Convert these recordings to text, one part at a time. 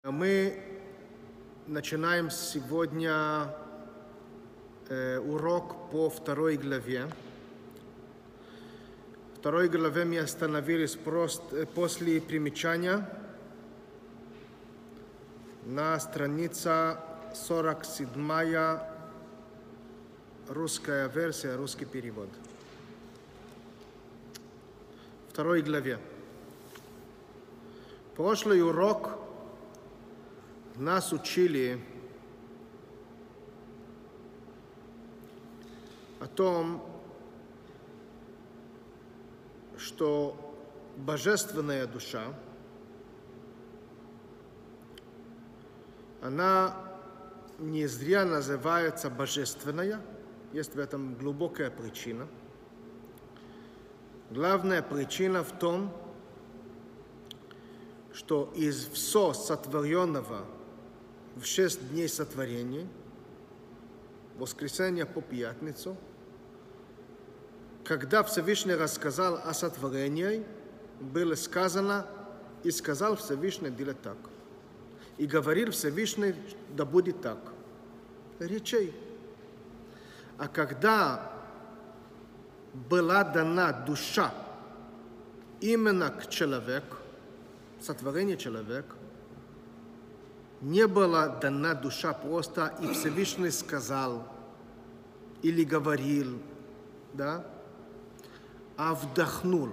Мы начинаем сегодня урок по второй главе. В второй главе мы остановились после примечания на странице 47, русская версия, русский перевод. Второй главе. Прошлый урок нас учили о том, что божественная душа, она не зря называется божественная, есть в этом глубокая причина. Главная причина в том, что из всего сотворенного в 6 дней сотворения, воскресенье по пятницу, когда Всевышний рассказал о сотворении, было сказано, и сказал Всевышний делать так. И говорил Всевышний, да будет так. Речей. А когда была дана душа именно к человеку, сотворение человека, не была дана душа просто, и Всевышний сказал или говорил, да, а вдохнул.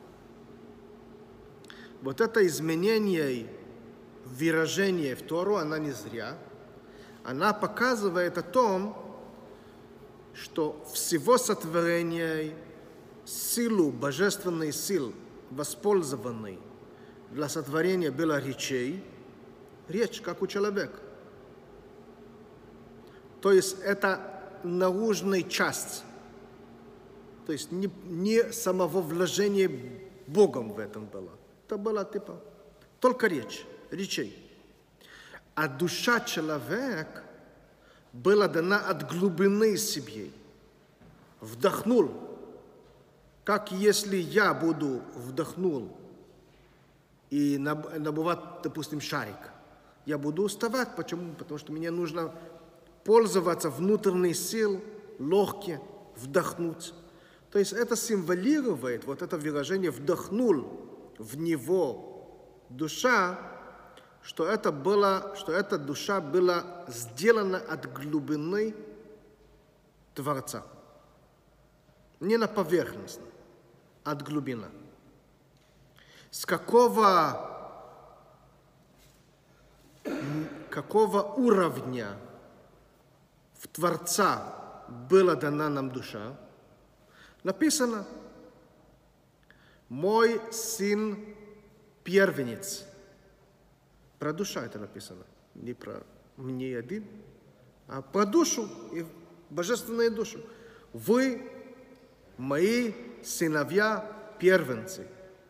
Вот это изменение выражения в Тору, она не зря. Она показывает о том, что всего сотворения силу, божественной силы, воспользованной для сотворения было речей, речь, как у человека. То есть это наружная часть, то есть не самого вложения Богом в этом было. Это было только речь, речей. А душа человека была дана от глубины себе. Вдохнул. Как если я буду вдохнул и набывать, допустим, шарик. Я буду уставать. Почему? Потому что мне нужно пользоваться внутренней силой, легкие, вдохнуть. То есть это символирует, вот это выражение «вдохнул в него душа», что эта душа была сделана от глубины Творца. Не на поверхности, от глубины. С какого уровня в Творца была дана нам душа? Написано: «Мой сын первенец». Про душу это написано. Не про мне один, а про душу и божественную душу. Вы мои сыновья первенцы.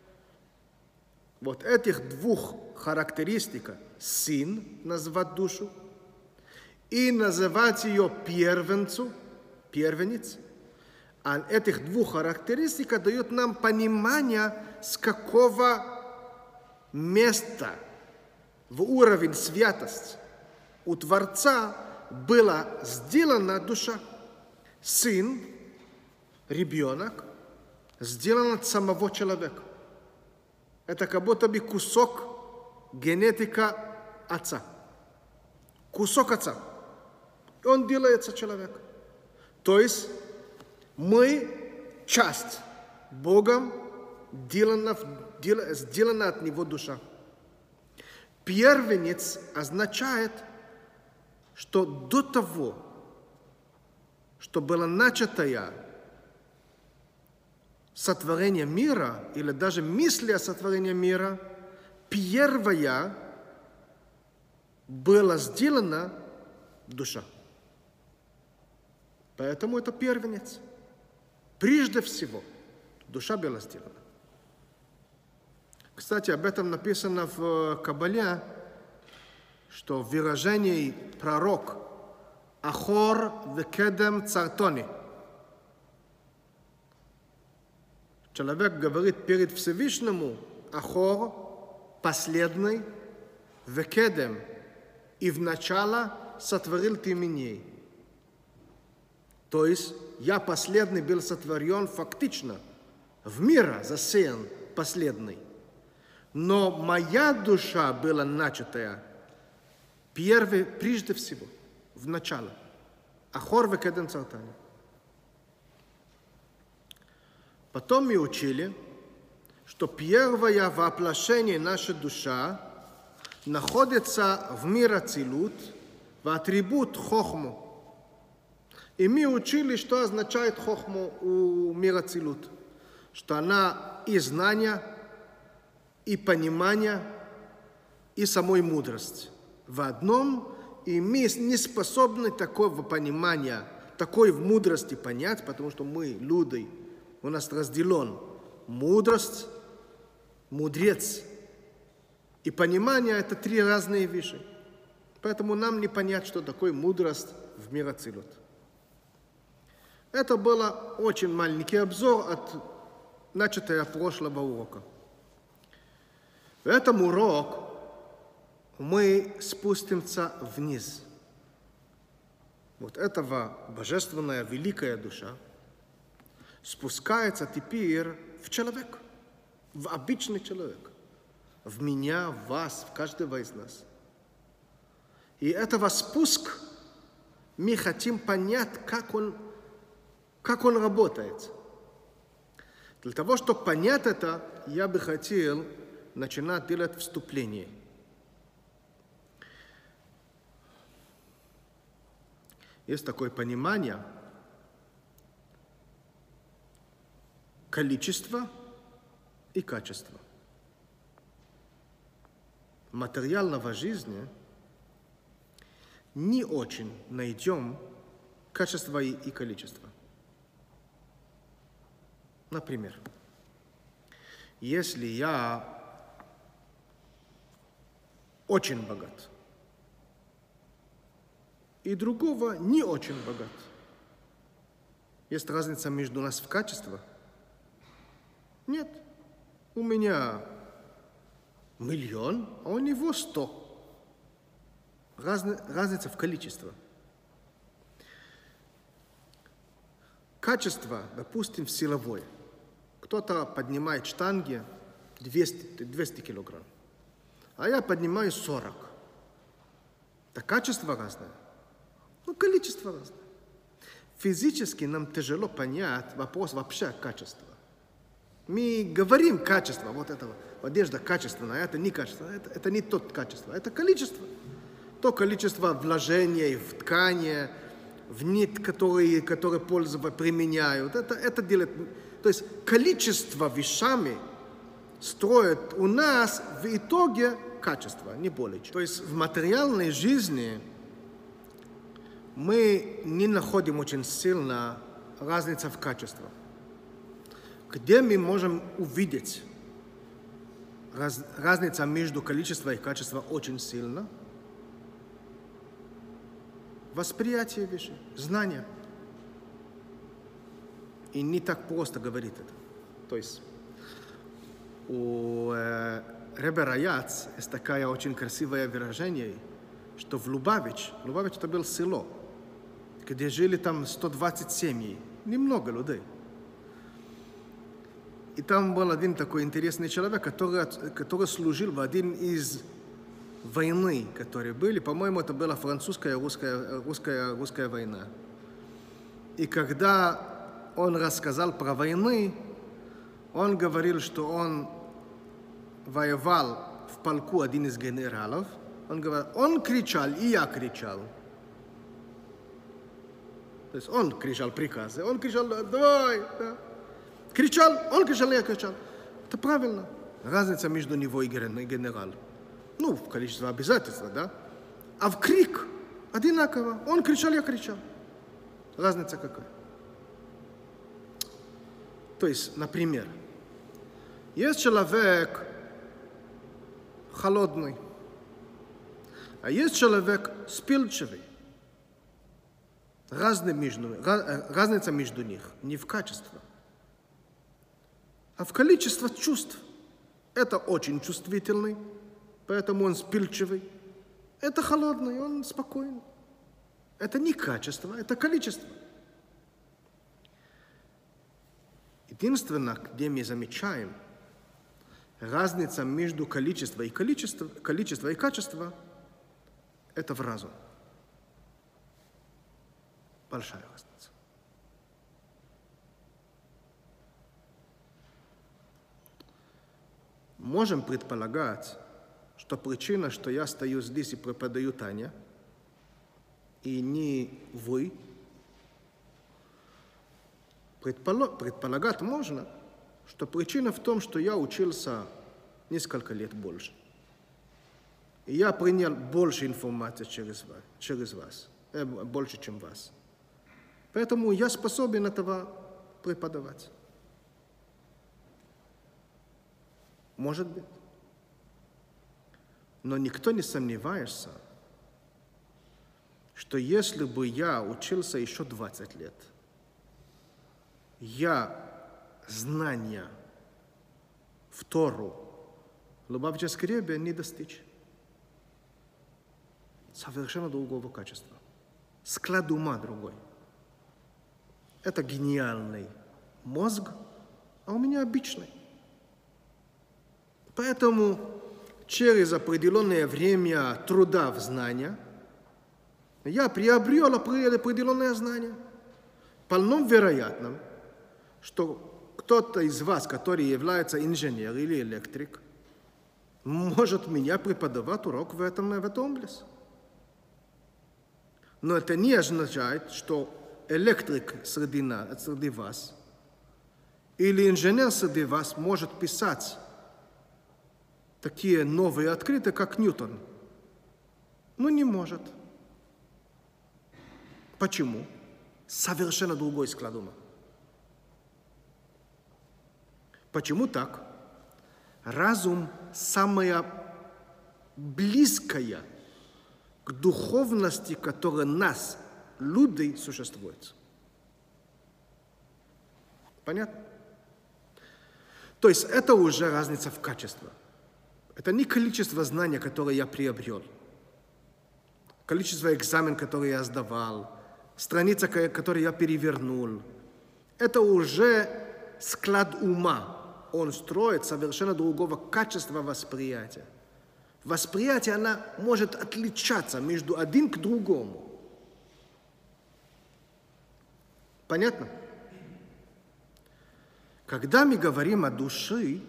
Вот этих двух характеристик, сын назвать душу и называть ее первенец, а этих двух характеристик дают нам понимание, с какого места в уровень святости у Творца была сделана душа. Сын, ребенок, сделан от самого человека. Это как будто бы кусок генетика отца. Кусок отца. Он делается человек. То есть мы часть Богом сделана от него душа. Первенец означает, что до того, что было начатое сотворение мира, или даже мысли о сотворении мира, первая была сделана душа. Поэтому это первенец. Прежде всего, душа была сделана. Кстати, об этом написано в Кабале, что в выражении пророк «Ахор векедем цартони». Человек говорит перед Всевышнему «Ахор» последний, векедем, и в начало сотворил ты меня. То есть я последний был сотворен фактично, в мира засеян последний. Но моя душа была начатая прежде всего, в начало. Ахор векедем цартани. Потом мы учили, что первое воплощение нашей души находится в мире Ацилут, в атрибут хохму. И мы учили, что означает хохму у мира Ацилут. Что она и знание, и понимание, и самой мудрость в одном, и мы не способны такого понимания, такой мудрости понять, потому что мы, люди, у нас разделен мудрость, мудрец и понимание – это три разные вещи. Поэтому нам не понять, что такое мудрость в мире Ацилут. Это был очень маленький обзор от начатого прошлого урока. В этом уроке мы спустимся вниз. Вот этого божественная великая душа спускается теперь в человека, в обычный человек, в меня, в вас, в каждого из нас. И этого спуск мы хотим понять, как он работает. Для того, чтобы понять это, я бы хотел начинать делать вступление. Есть такое понимание количества и качества. Материального жизни не очень найдем качество и количество. Например, если я очень богат, и другого не очень богат, есть разница между нас в качестве? Нет. У меня 1 миллион, а у него 100. Разница в количестве. Качество, допустим, силовое. Кто-то поднимает штанги 200 килограмм, а я поднимаю 40. Это качество разное, но количество разное. Физически нам тяжело понять вопрос вообще качества. Мы говорим качество, вот это одежда качественная, это не качество, это не тот качество, это количество. То количество вложений в ткани, в нить, которые пользователи применяют, это делает. То есть количество вещами строит у нас в итоге качество, не более чем. То есть в материальной жизни мы не находим очень сильно разницу в качестве. Где мы можем увидеть разница между количеством и качеством очень сильно? Восприятие вещей, знания. И не так просто говорить это. То есть у Ребе Раяц есть такое очень красивое выражение, что в Лубавич это было село, где жили там 120 семей, немного людей. И там был один такой интересный человек, который служил в один из войны, которые были. По-моему, это была французская и русская война. И когда он рассказал про войны, он говорил, что он воевал в полку один из генералов. Он говорил, он кричал, и я кричал. То есть он кричал приказы, он кричал, давай, да. Кричал, он кричал, я кричал. Это правильно. Разница между него и генералом. Ну, в количестве обязательств, да. А в крик одинаково. Он кричал, я кричал. Разница какая? То есть, например, есть человек холодный, а есть человек вспыльчивый. Разница между них не в качестве, а в количестве чувств. Это очень чувствительный, поэтому он вспыльчивый. Это холодный, он спокойный. Это не качество, это количество. Единственное, где мы замечаем разница между количеством и качеством, это в разум. Большая разница. Можем предполагать, что причина, что я стою здесь и преподаю Таня, и не вы, предполагать можно, что причина в том, что я учился несколько лет больше. И я принял больше информации через вас, больше, чем вас. Поэтому я способен этого преподавать. Может быть. Но никто не сомневается, что если бы я учился еще 20 лет, я знания в Тору Лубавича Ребе не достичь. Совершенно другого качества. Склад ума другой. Это гениальный мозг, а у меня обычный. Поэтому через определенное время труда в знания я приобрел определенное знание. Полном вероятным, что кто-то из вас, который является инженер или электрик, может меня преподавать урок в этом области. Но это не означает, что электрик среди вас или инженер среди вас может писать такие новые открытия, как Ньютон. Ну, не может. Почему? Совершенно другой склад ума. Почему так? Разум самая близкая к духовности, которая нас, людей, существует. Понятно? То есть это уже разница в качестве. Это не количество знаний, которое я приобрел, количество экзаменов, которые я сдавал, страница, которую я перевернул. Это уже склад ума. Он строит совершенно другого качества восприятия. Восприятие, оно может отличаться между одним к другому. Понятно? Когда мы говорим о душе,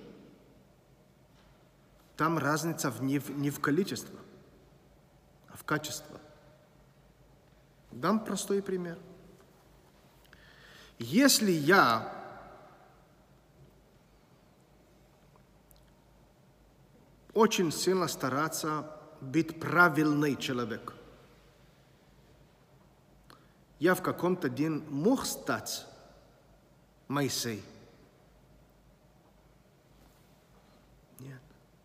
там разница не в количестве, а в качестве. Дам простой пример. Если я очень сильно стараться быть правильный человек, я в каком-то день мог стать Моисей. Нет.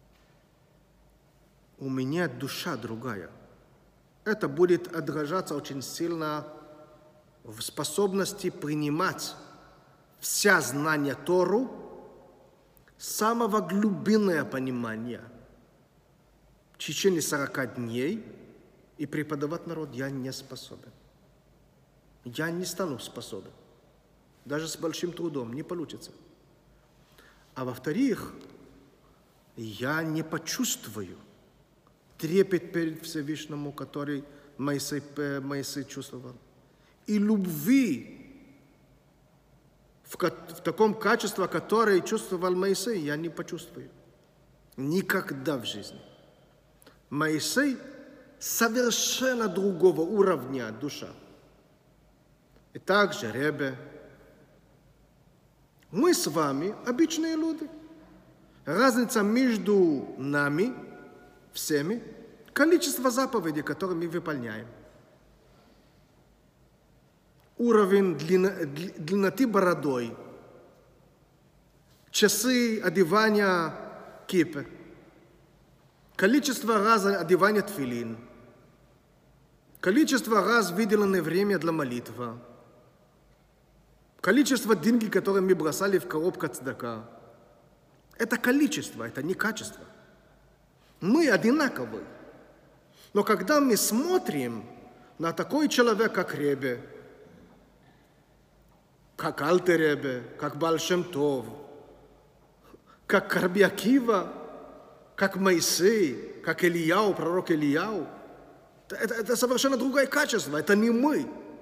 У меня душа другая. Это будет отражаться очень сильно в способности принимать все знания Тору, самого глубинного понимания в течение 40 дней и преподавать народ я не способен. Я не стану способен. Даже с большим трудом не получится. А во-вторых, я не почувствую трепет перед Всевышнему, который Моисей чувствовал. И любви в таком качестве, которое чувствовал Моисей, я не почувствую. Никогда в жизни. Моисей совершенно другого уровня душа. И также Ребе. Мы с вами обычные люди. Разница между нами, всеми, количество заповедей, которые мы выполняем. Уровень длинноты бородой, часы одевания кипы, количество раз одевания тфилин, количество раз выделенное время для молитвы, количество денег, которые мы бросали в коробку цдака. Это количество, это не качество. Мы одинаковы. Но когда мы смотрим на такой человек, как Ребе, как Альтер Ребе, как Баал Шем Тов, как Раби Акива, как Моисей, как Ильяу, пророк Ильяу, это совершенно другое качество, это не мы.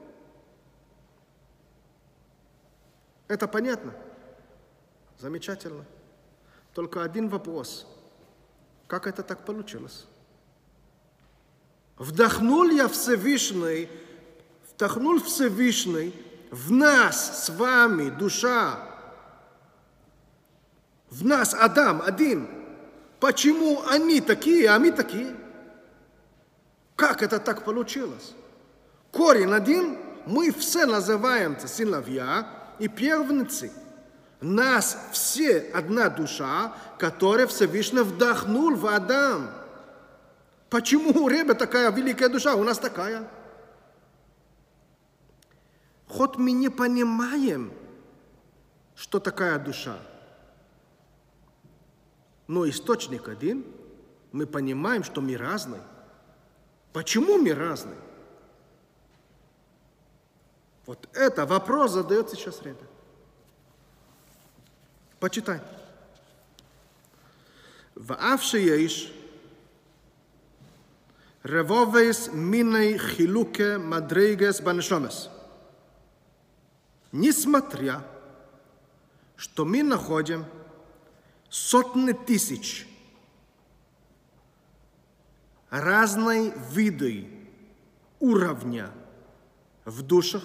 Это понятно? Замечательно. Только один вопрос. Как это так получилось? Вдохнул Всевышний в нас с вами, душа, в нас Адам один. Почему они такие, а мы такие? Как это так получилось? Корень один, мы все называемся сыновья и первенцы. Нас все одна душа, которая Всевышний вдохнул в Адам. Почему у Ребе такая великая душа, у нас такая? Хоть мы не понимаем, что такая душа, но источник один, мы понимаем, что мы разные. Почему мы разные? Вот это вопрос задает сейчас Ребе. почитай. ואף שיש רבובס מיני חילוקי מדרגס בנשомес. Несмотря, что мы находим сотни тысяч разной виды уровня в душах,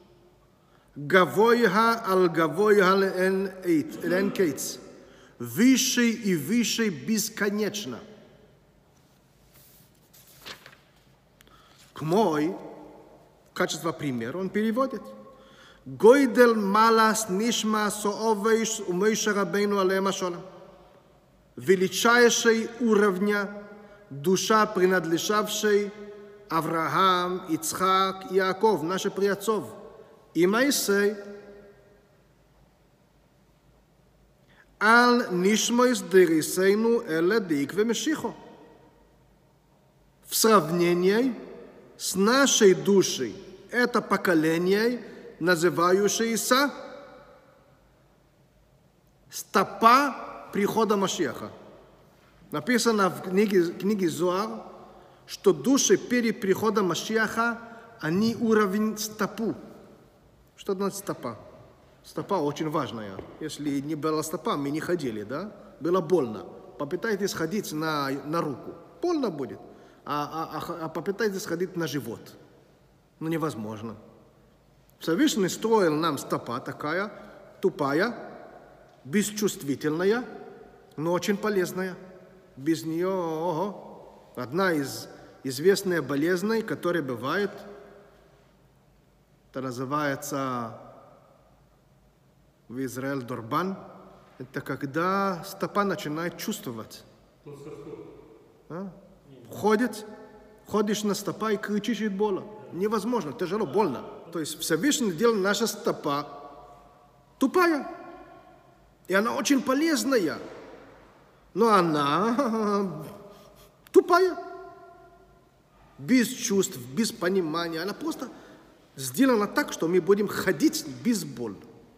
гавойха аль гавойха лен кейц, выше и выше бесконечно. К мой, в качестве примера, он переводит. Гойдел малас нишма соовейш у Моше Рабейну алейхи ашалам. Величайший уровня душа, принадлежавшей Авраам, Ицхак и Иаков, наши праотцов, и Моисей. Ал нишмойс дерисейну эле дикве мешихо. В сравнении с нашей душей, это поколение, называющееся стопа прихода Машиаха. Написано в книге Зоар, что души перед приходом Машиаха, они уровень стопу. Что значит стопа? Стопа очень важная. Если не была стопа, мы не ходили, да? Было больно. Попытайтесь ходить на руку. Больно будет. А попытайтесь ходить на живот. Ну, невозможно. Всевышний строил нам стопа такая, тупая, бесчувствительная, но очень полезная. Без нее, одна из известных болезней, которая бывает, это называется в Израиле дорбан, это когда стопа начинает чувствовать. Ходишь на стопа и кричишь от боли. Невозможно, тяжело, больно. То есть Всевышний делал наша стопа тупая. И она очень полезная. Но она тупая. Без чувств, без понимания. Она просто сделана так, что мы будем ходить без боли.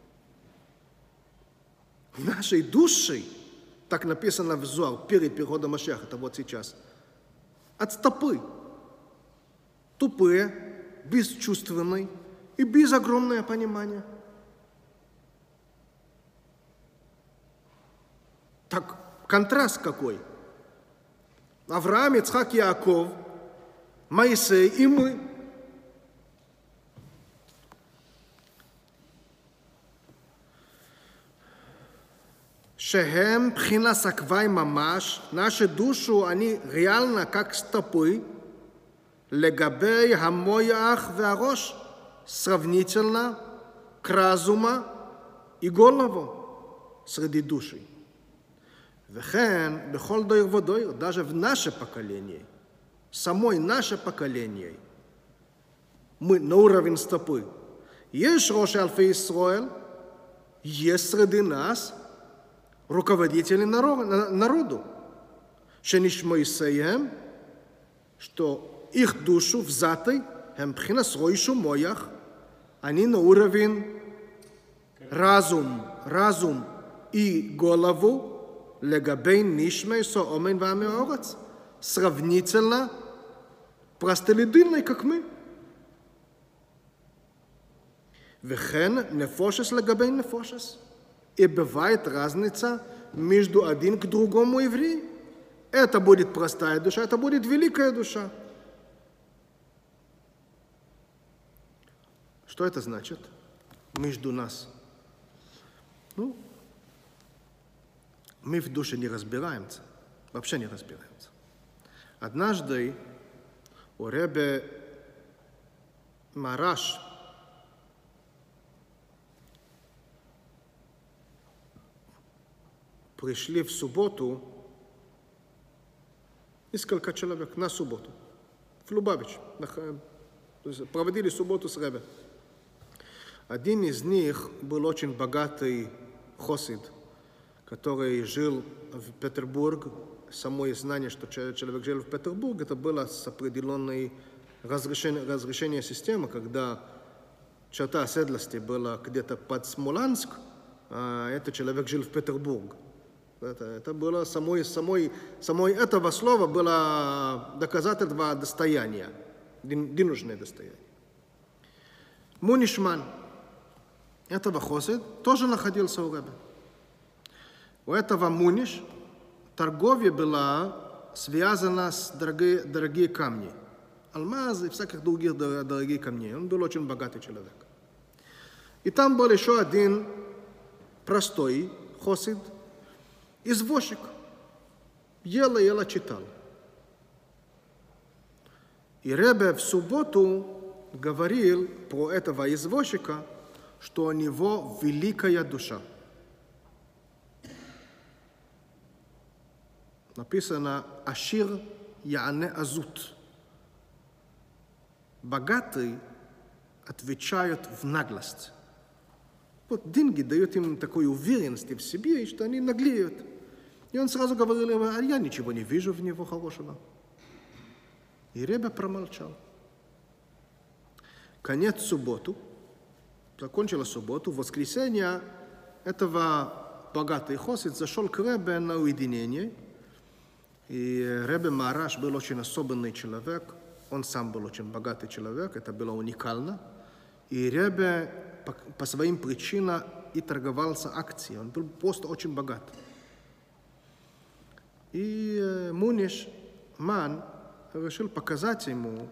Нашей души, так написано в Зоар, перед приходом Машиаха, это вот сейчас, от стопы. Тупые, бесчувственные и без огромного понимания. Так, контраст какой? Авраам, Ицхак, Иаков, Моисей и мы. Шехем пхина саквай мамаш, наши души, они реально как стопы, легабей хамоях веарош, сравнительно к разуму и голову среди души. Вехен, бехол дойр водойр, даже в наше поколение, самое наше поколение, мы на уровень стопы. Есть Рош Альфа Исраэль, есть среди нас руководители народу. שנשמעיהם, что их душу взятой, бхина свойшу моях, они на уровень разум и голову, легабейн нишмей со омен вами орец, сравнительно простолюдинной, как мы. Вехен нефошес легабейн нефошес. И бывает разница между один к другому еврею. Это будет простая душа, это будет великая душа. Что это значит? Между нас. Ну, мы в душе не разбираемся. Вообще не разбираемся. Однажды у Ребе Мараш пришли в субботу несколько человек на субботу в Любавич. Проводили субботу с Ребе. Один из них был очень богатый хасид, который жил в Петербурге. Само знание, что человек жил в Петербурге, это было с определенной разрешением системы, когда черта оседлости была где-то под Смоланск, а этот человек жил в Петербурге. Это было самой этого слова было доказательство достояния, денежное достояние. Мунишман, этого хасид, тоже находился у Ребе. У этого Муниш торговля была связана с дорогие камни. Алмазы и всяких других дорогих камней. Он был очень богатый человек. И там был еще один простой хасид, извозчик. Ела читал. И Ребе в субботу говорил про этого извозчика, что у него великая душа. Написано «Ашир яне азут». Богатые отвечают в наглость. Вот деньги дают им такой уверенности в себе, что они наглеют. И он сразу говорил, а я ничего не вижу в него хорошего. И Ребе промолчал. Конец субботу. Закончила субботу. В воскресенье этого богатый хасид зашел к Ребе на уединение. И Ребе Мараш был очень особенный человек. Он сам был очень богатый человек. Это было уникально. И Ребе по своим причинам и торговался акцией. Он был просто очень богат. И Муниш Ман решил показать ему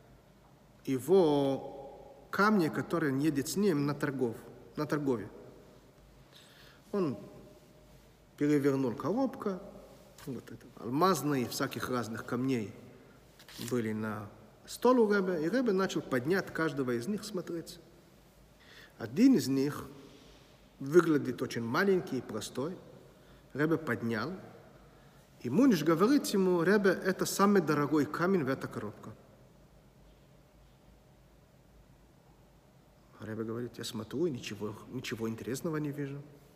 его камни, которые он едет с ним на торговле. Он перевернул коробку, вот это, алмазные, всяких разных камней были на стол у Ребе, и Ребе начал поднять каждого из них смотреть. Один из них выглядит очень маленький и простой. Ребе поднял, и Муниш говорит ему: Ребе, это самый дорогой камень в этой коробке. Ребе говорит: я смотрю, ничего интересного не вижу.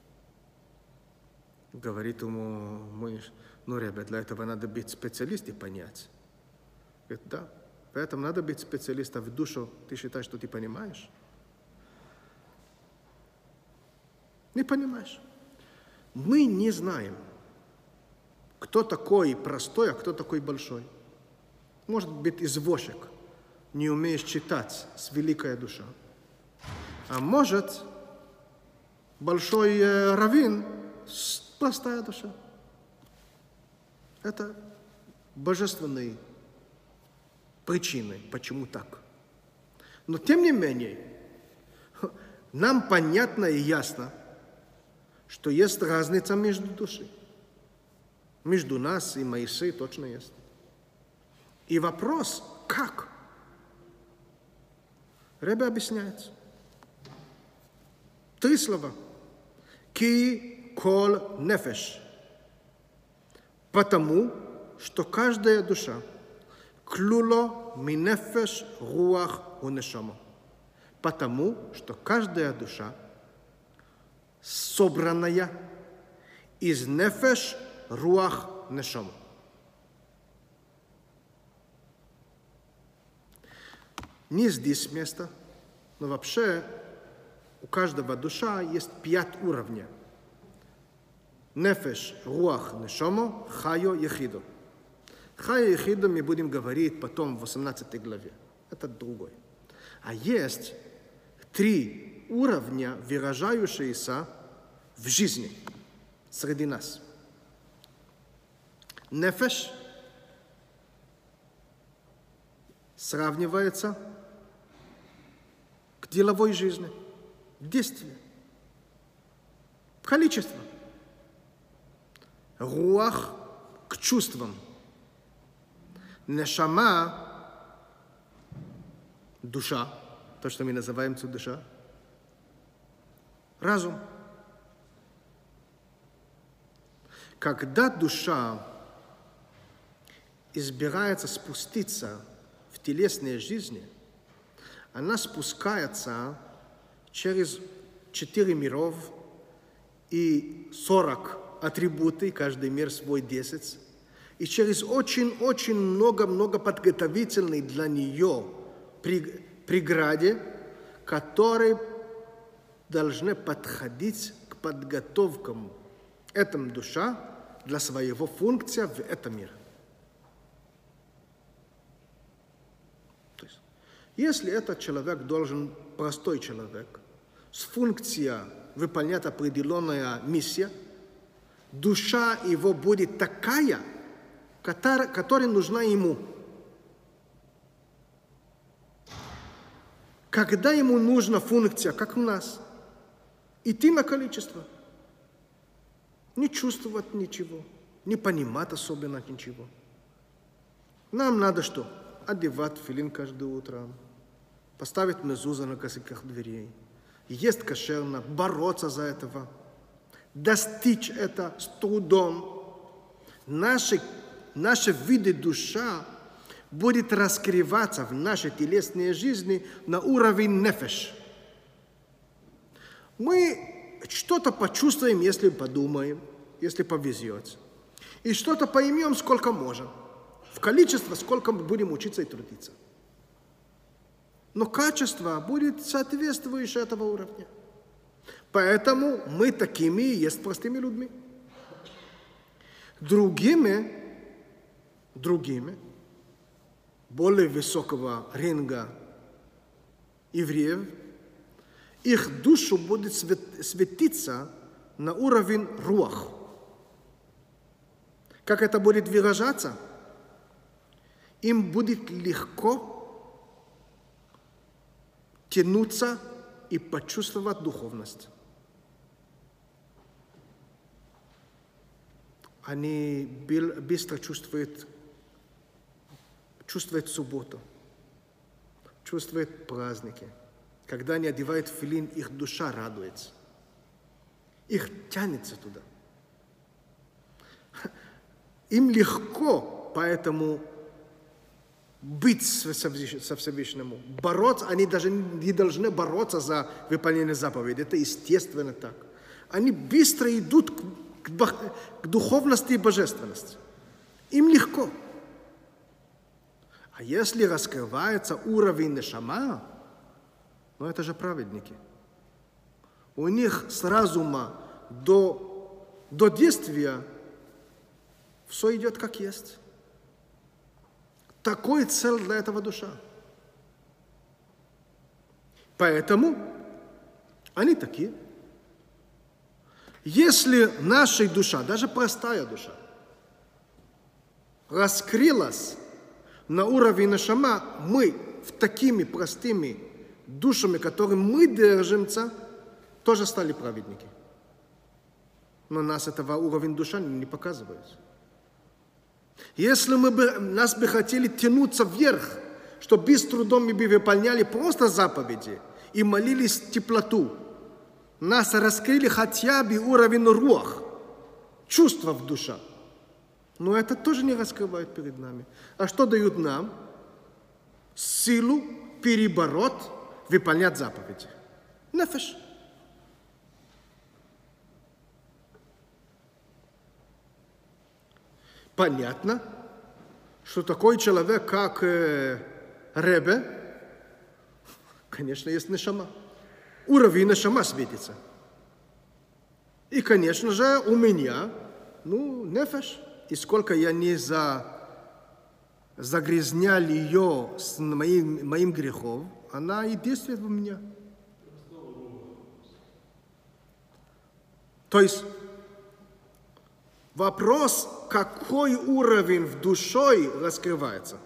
Говорит ему Муниш: ну, Ребе, для этого надо быть специалистом и понять. Говорит: да, поэтому надо быть специалистом в душу. Ты считаешь, что ты понимаешь? Не понимаешь. Мы не знаем, кто такой простой, а кто такой большой. Может быть, извозчик, не умеешь читать, с великая душа. А может, большой раввин, простая душа. Это божественные причины, почему так. Но тем не менее, нам понятно и ясно, что есть разница между душами. Между нас и Моисеем точно есть. И вопрос, как? Ребе объясняет. 3 слова. Ки кол нефеш. Потому, что каждая душа клюло минефеш руах унешамо. Потому, что каждая душа собранная из нефеш руах нешамо. не здесь место, но вообще у каждого душа есть 5 уровней. Нефеш, руах, нешомо, хайо, ехидо. Хайо, ехидо мы будем говорить потом в 18 главе. Это другой. А есть 3 уровня, выражающиеся в жизни среди нас. Нефеш сравнивается к деловой жизни, к действию, количество. Руах к чувствам. Нешама – душа, то, что мы называем душа. Разум. Когда душа избирается спуститься в телесные жизни, она спускается через 4 миров и 40 атрибуты, каждый мир свой 10, и через очень-очень много подготовительной для нее преграде, которые должны подходить к подготовкам этому душа для своего функции в этом мире. То есть, если этот человек должен, простой человек, с функцией выполнять определенную миссию, душа его будет такая, которая нужна ему. Когда ему нужна функция, как у нас, идти на количество, не чувствовать ничего, не понимать особенно ничего. Нам надо что? Одевать филин каждое утро, поставить мезуза на косяках дверей, есть кошерно, бороться за этого, достичь это с трудом. Наши виды душа будет раскрываться в нашей телесной жизни на уровень нефеш. Мы что-то почувствуем, если подумаем, если повезет. И что-то поймем, сколько можем. В количество, сколько мы будем учиться и трудиться. Но качество будет соответствующее этого уровня. Поэтому мы такими и есть простыми людьми. Другими, более высокого ринга евреев, их душу будет светиться на уровень руах. Как это будет выражаться? Им будет легко тянуться и почувствовать духовность. Они быстро чувствуют субботу, чувствуют праздники. Когда они одевают филин, их душа радуется. Их тянется туда. Им легко, поэтому быть со Всевышним. Бороться, они даже не должны бороться за выполнение заповедей. Это естественно так. Они быстро идут к духовности и божественности. Им легко. А если раскрывается уровень нешама, ну это же праведники. У них с разума до действия все идет как есть. Такой цель для этого душа. Поэтому они такие. Если наша душа, даже простая душа, раскрылась на уровень нешама, мы в такими простыми душами, которыми мы держимся, тоже стали праведники. Но нас этого уровня душа не показывает. Если нас бы хотели тянуться вверх, чтобы без труда мы бы выполняли просто заповеди и молились теплоту, нас раскрыли хотя бы уровень руах, чувства в душе. Но это тоже не раскрывают перед нами. А что дают нам? Силу перебороть, выполнять заповеди. Нефеш. Понятно, что такой человек, как Ребе, Конечно, есть нешама. Уровень нешама светится. И, конечно же, у меня, нефеш. И сколько я не загрязнял ее с моим грехом, она и действует в меня. То есть вопрос, какой уровень в душе раскрывается.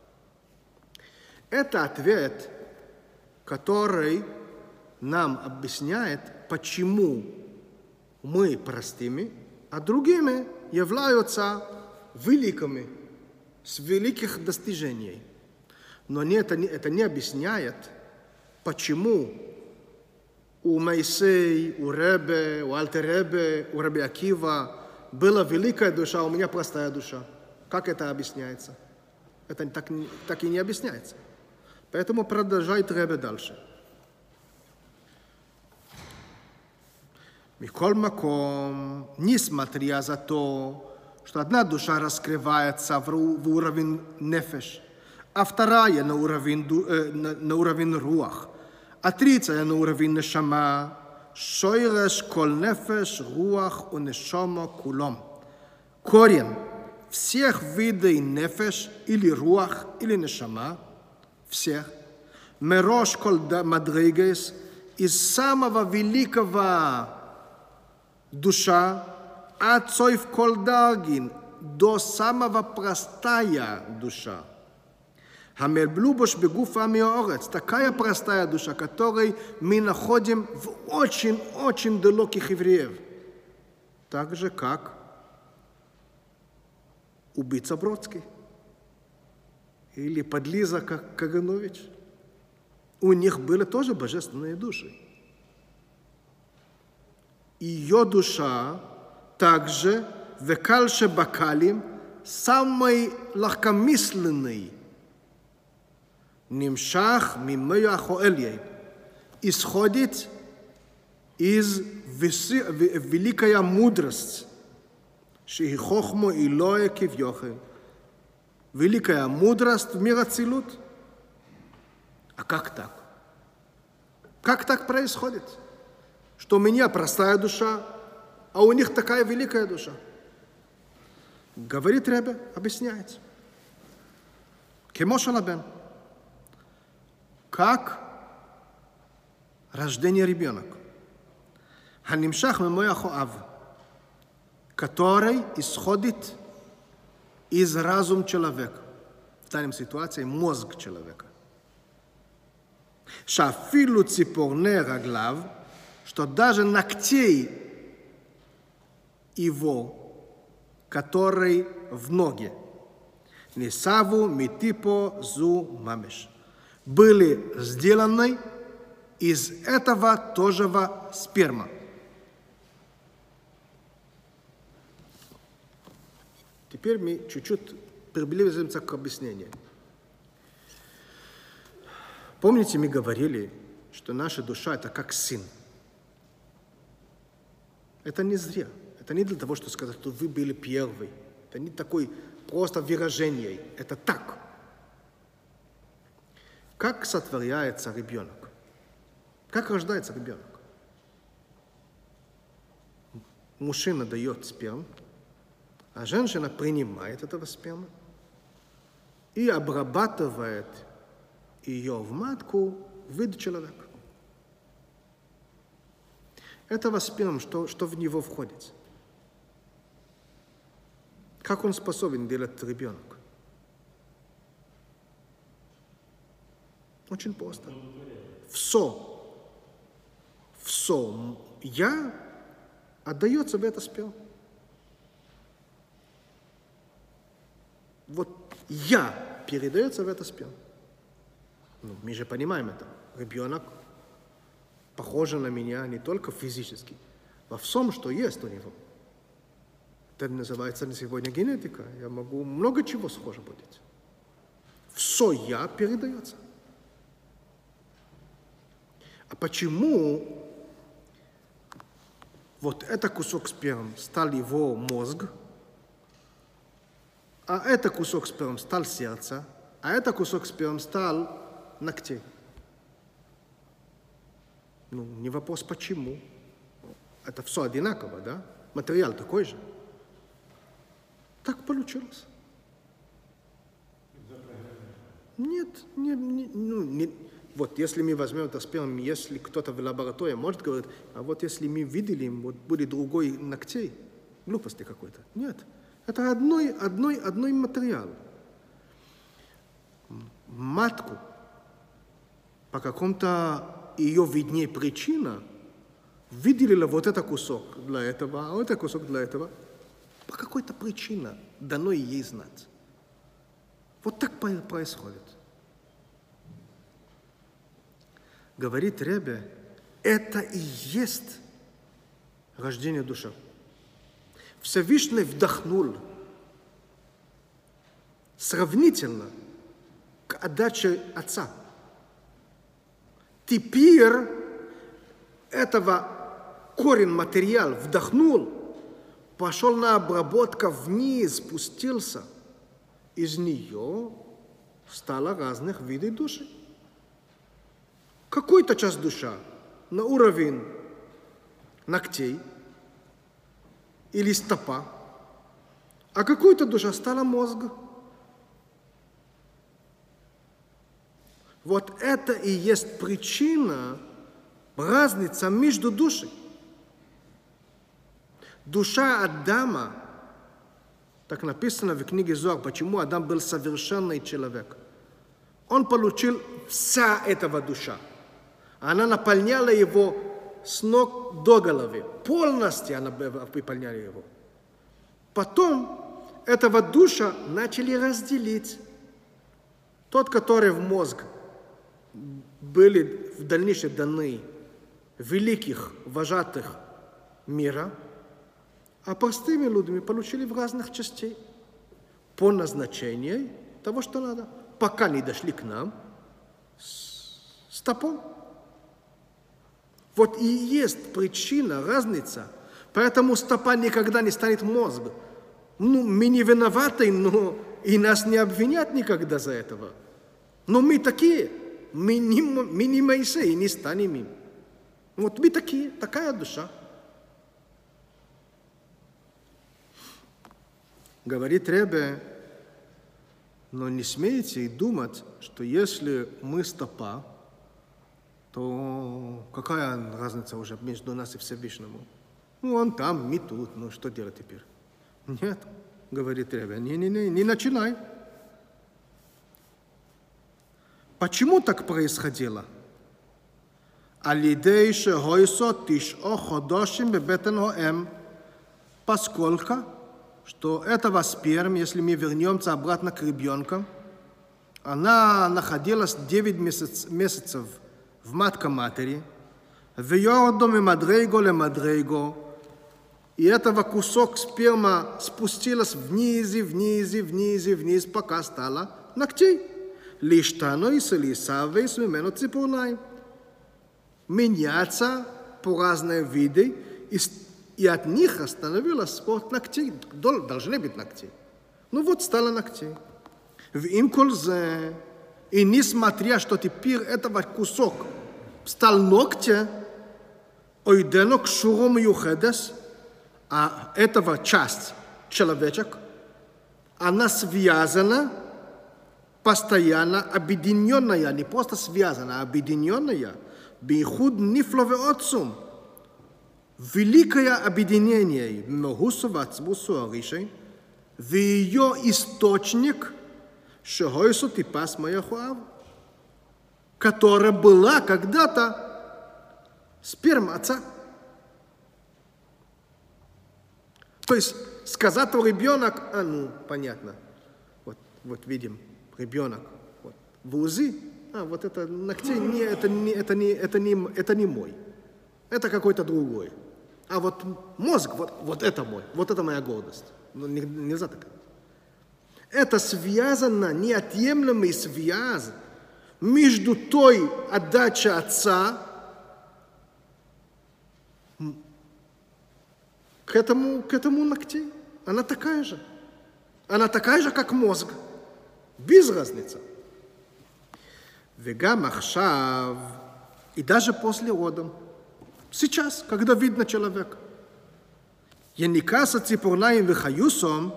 Это ответ, который нам объясняет, почему мы простыми, а другими являются великими, с великих достижений. Но это не объясняет, почему у Моисея, у Ребе, у Альтер-Ребе, у Раби Акива была великая душа, а у меня простая душа. Как это объясняется? Это так и не объясняется. Поэтому продолжает Ребе дальше. Миколь маком, несмотря за то, что одна душа раскрывается в уровень нефеш, а вторая на уровень руах, а третья на уровень нешама, шойреш кол нефеш, руах у нешама кулом. Корень всех видов нефеш или руах или нешама, всех, мерош кол мадригес, из самого великого душа, от цойф кол даргин, до самого простая душа. Хамельблубош бегуфа миорец, такая простая душа, которой мы находим в очень далеких евреев. Так же, как убийца Бродский или подлиза Каганович. У них были тоже божественные души. Ее душа также векальше бакалим, самый легкомысленный, нимшах мимеях оэльей, исходит из великая мудрость, ши хохмо илое кивьохе, великая мудрость в мир ацилут. А как так? Как так происходит? Что у меня простая душа, а у них такая великая душа. Говорит Ребе, объясняет. Кемоша лабен. Как рождение ребенок. Ханимшах мемояхо ав, который исходит из разума человека. В данной ситуации мозг человека. Шафилу ципорне раглав, что даже ногтей его, который в ноге, несаву митипо зу мамеш, были сделаны из этого тожего сперма. Теперь мы чуть-чуть приблизимся к объяснению. Помните, мы говорили, что наша душа – это как сын. Это не зря. Это не для того, чтобы сказать, что вы были первый. Это не такое просто выражение. Это так. Как сотворяется ребенок? Как рождается ребенок? Мужчина дает сперму, а женщина принимает этого сперму и обрабатывает ее в матку в виде человека. Этого сперма, что в него входит. Как он способен делать ребенок? Очень просто. Все я отдается в это сперму. Вот я передается в это сперму. Мы же понимаем это. Ребенок похож на меня не только физически, во всем, что есть у него. Это называется на сегодня генетика. Я могу много чего схоже быть. Все я передается. А почему вот этот кусок спермы стал его мозг, а этот кусок спермы стал сердце, а этот кусок спермы стал ногтей? не вопрос почему. Это все одинаково, да? Материал такой же. Так получилось. Нет, вот если мы возьмем это сперм, если кто-то в лаборатории может говорить, а вот если мы видели, вот будет другой ногтей, глупости какой-то. Нет, это одной материал. Матку, по какому-то ее виднее причина, выделила вот этот кусок для этого, а вот этот кусок для этого. По какой-то причине дано ей знать. Вот так происходит. Говорит Ребе, это и есть рождение души. Всевышний вдохнул сравнительно к отдаче Отца. Теперь этого корень материал вдохнул, пошел на обработку вниз, спустился. Из нее стало разных видов души. Какой-то часть душа на уровень ногтей или стопа, а какой-то душа стала мозг. Вот это и есть причина, разница между душей. Душа Адама, так написано в книге Зоар, почему Адам был совершенный человек. Он получил вся этого душа. Она наполняла его с ног до головы. Полностью она выполняла его. Потом этого душа начали разделить. Тот, который в мозг были в дальнейшем даны великих вожатых мира, а простыми людьми получили в разных частей по назначению того, что надо, пока не дошли к нам с топом. Вот и есть причина, разница. Поэтому стопа никогда не станет мозгом. Мы не виноваты, но и нас не обвинят никогда за этого. Но мы такие. Мы не Моисей, не станем им. Вот мы такие, такая душа. Говорит Ребе, но не смейте думать, что если мы стопа, то какая разница уже между нас и Всевышнему? Он там, мы тут, что делать теперь? Нет, говорит Ребе, не начинай. Почему так происходило? Алидей шехойсо тиш'о ходошим бебетен хоэм, поскольку что этого сперм, если мы вернемся обратно к ребенку, она находилась 9 месяцев в матке матери, в йордом и мадрейго ле мадрейго, и этого кусок сперма спустилась вниз, пока стала ногтей. Лиштано и селисавы с мимену ципурнай. Меняться по разные виды, и от них остановилась спорт ногтей. Должны быть ногти. Вот стало ногтей. В имкользе, и несмотря, что теперь этого кусок стал ногтя, ойдено к шуром юхедес, а этого часть человечек, она связана, постоянно объединенная, не просто связана, а объединенная, бейхуд нифло веотсум, великое объединение, мегусу вацмусу аришей, в ее источник, шехойсу типас маяхуав, которая была когда-то сперма отца. То есть сказать ребенок, понятно, вот видим, ребенок в УЗИ, вот это ногтей, это не мой, это какой-то другой. А вот мозг, вот это мой, вот это моя гордость. Нельзя так. Это связано, неотъемлемый связь между той отдачей отца к этому ногтей. Она такая же. Она такая же, как мозг. без разницы. וגם עכשיו, И даже после родов. Сейчас, когда видно человека. Яникаса ципурнаим вихаюсом,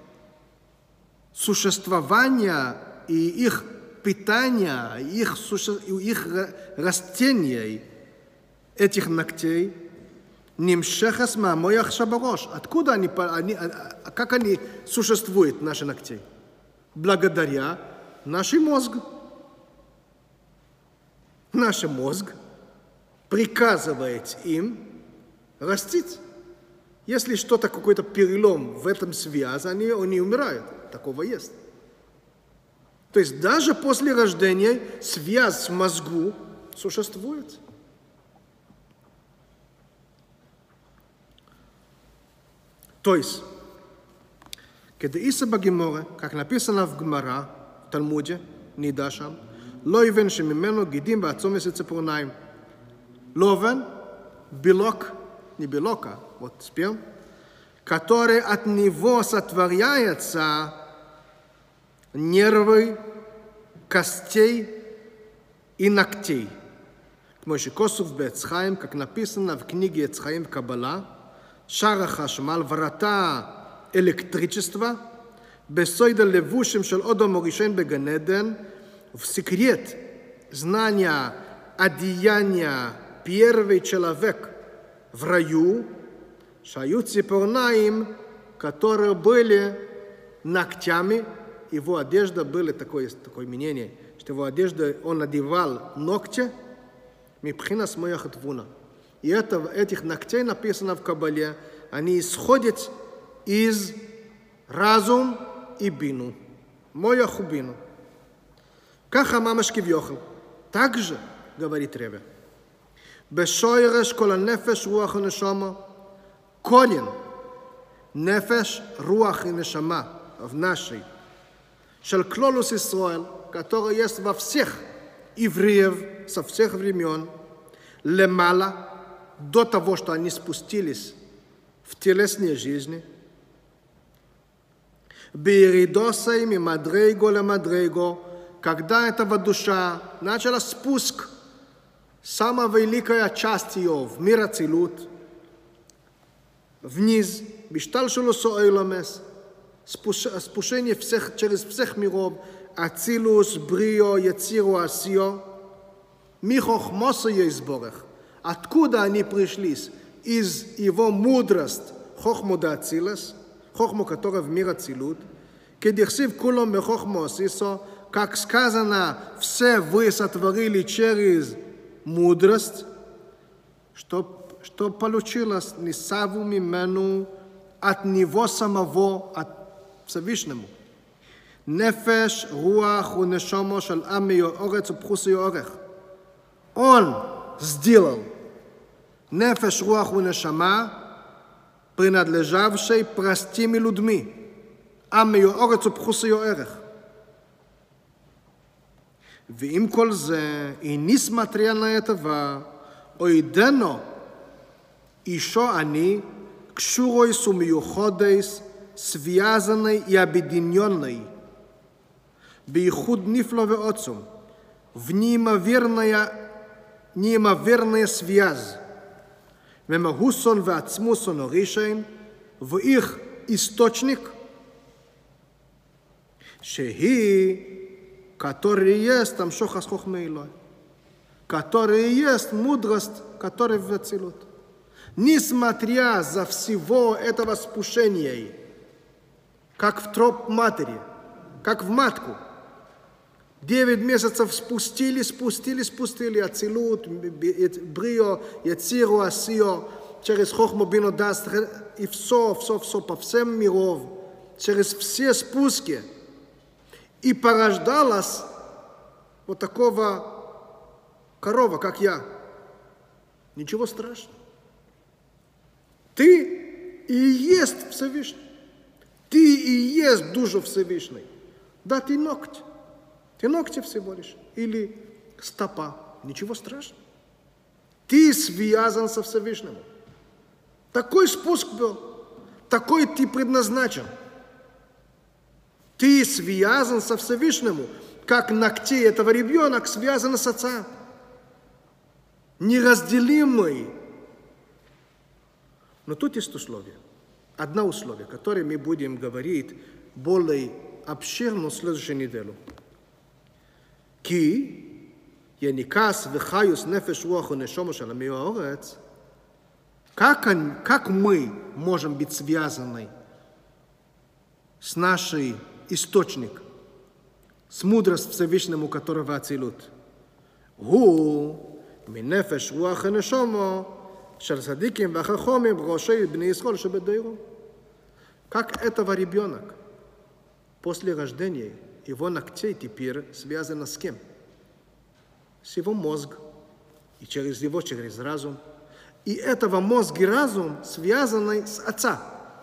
существование и их питание, их растений, этих ногтей, нимшехас маамоях шабарош. Откуда они, как они существуют, наши ногти? Благодаря нашему мозгу. Наш мозг приказывает им растить. Если что-то, какой-то перелом в этом связи, они умирают. Такого есть. То есть даже после рождения связь с мозгу существует. То есть, כדאיסא בגימורה, как написано в Гмара, в Талмуде, Нидашам, лойвен шемимено гидим бацомес и цепурнаим. Ловен, белок, не белока, вот спел, который от него сотворяется нервы костей и ногтей. Мойши Косов Бецхаим, как написано в книге Эцхаим Каббала, Шара Хашмаль, врата электричества, бесойда левушим шел Одом Оришен Беганеден, в секрет знания одеяния первый человек в раю, шаю ципорнаим, которые были ногтями, его одежда была такое мнение, что его одежда, он надевал ногти, мипхинас моях твуна. И этих ногтей написано в Кабале, они исходят из разум и бину. Моях бину. Каха мамашки вьохал. Также, говорит Ребе, бешойреш кола нефеш руах и нешама, корень нефеш руах и нешама в нашей шел клолус Исраэль, который есть во всех евреев со всех времен, лемала, до того, что они спустились в телесные жизни, биридосай ми мадрейго ле мадрейго, когда эта душа начала спуск, самая великая часть ее в мир ацилут, вниз, бишталшулу соэйламес, спущение через всех миров, ацилус, брио, яциру, асио, михохмоса ейсборех. Откуда они пришли? Из его мудрости, хохму да ацилас, хохму, которая в мир ацилут, кедихсив кулом мехохму асисо, как сказано, все вы сотворили через мудрость, что получилось нисаву мимену от него самого, от Всевышнему. Нефеш, руах, унешомо, шал амио, орец, упхусио, орех. Он сделал нефеш, руах, унешама, принадлежавшей простыми людьми. Амио, орец, упхусио, орех. ועם כל זה, и несмотря на этого, ойдено, еще они, кшурой сумиюходейс, связанной и объединенной, бейхуд нифло веоцум, в неимоверная связь, вемагусон веацмусон оришейн, в их источник, шехи, который есть там шохас хохмейлой, который есть мудрость, который в ацилут. Несмотря за всего этого спущения, как в троп матери, как в матку, 9 месяцев спустили, ацилут, брио, яциру, асио, через хохму бину даст, и все, по всем миров, через все спуски, и порождалась вот такого корова, как я. Ничего страшного. Ты и есть Всевышний. Ты и есть душа Всевышней. Да, ты ногти. Ты ногти всего лишь. Или стопа. Ничего страшного. Ты связан со Всевышним. Такой спуск был. Такой ты предназначен. Ты связан со Всевышним, как ногти этого ребенка связаны с отцом. неразделимый. Но тут есть условие. Одно условие, которое мы будем говорить более обширно в следующую неделю. כי יניקס וחיוס נפש רוח ונשמה של עמי הארץ, как мы можем быть связаны с нашим источником, с мудростью Всевышнему, которого Ацилут? הוא מנפש רוח ונשמה של צדיקים והחכמים ראשי בני ישראל שבדורו. Как этого ребенок после рождения его ногтей теперь связано с кем? С его мозгом, и через разум. И этого мозг и разум связаны с отца.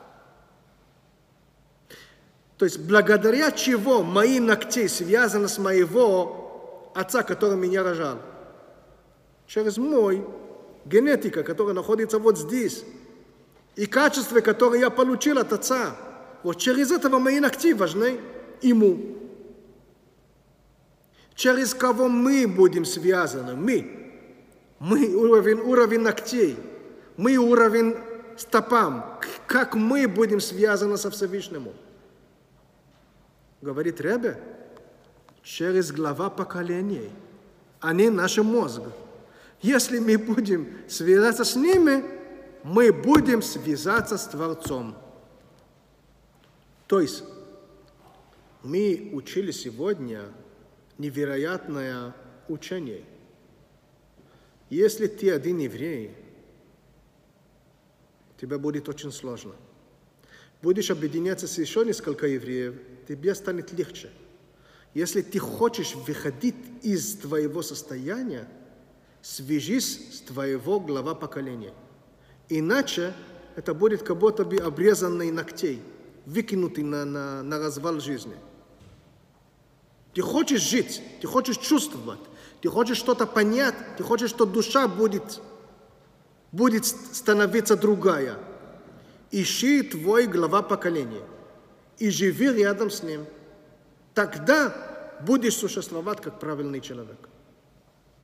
То есть благодаря чего мои ногти связаны с моего отца, который меня рожал? Через мой генетика, которая находится вот здесь. И качество, которое я получил от отца. Вот через этого мои ногти важны ему. Через кого мы будем связаны? Мы уровень ногтей. Мы уровень стопам. Как мы будем связаны со Всевышним? Говорит Ребе, через глава поколений. Они наш мозг. Если мы будем связаться с ними, мы будем связаться с Творцом. То есть мы учили сегодня невероятное учение. Если ты один еврей, тебе будет очень сложно. Будешь объединяться с еще несколько евреев, тебе станет легче. Если ты хочешь выходить из твоего состояния, свяжись с твоего глава поколения. Иначе это будет как будто бы обрезанный ногтей, выкинутый на развал жизни. Ты хочешь жить, ты хочешь чувствовать, ты хочешь что-то понять, ты хочешь, что душа будет становиться другая. Ищи твой глава поколения и живи рядом с ним. Тогда будешь существовать как правильный человек.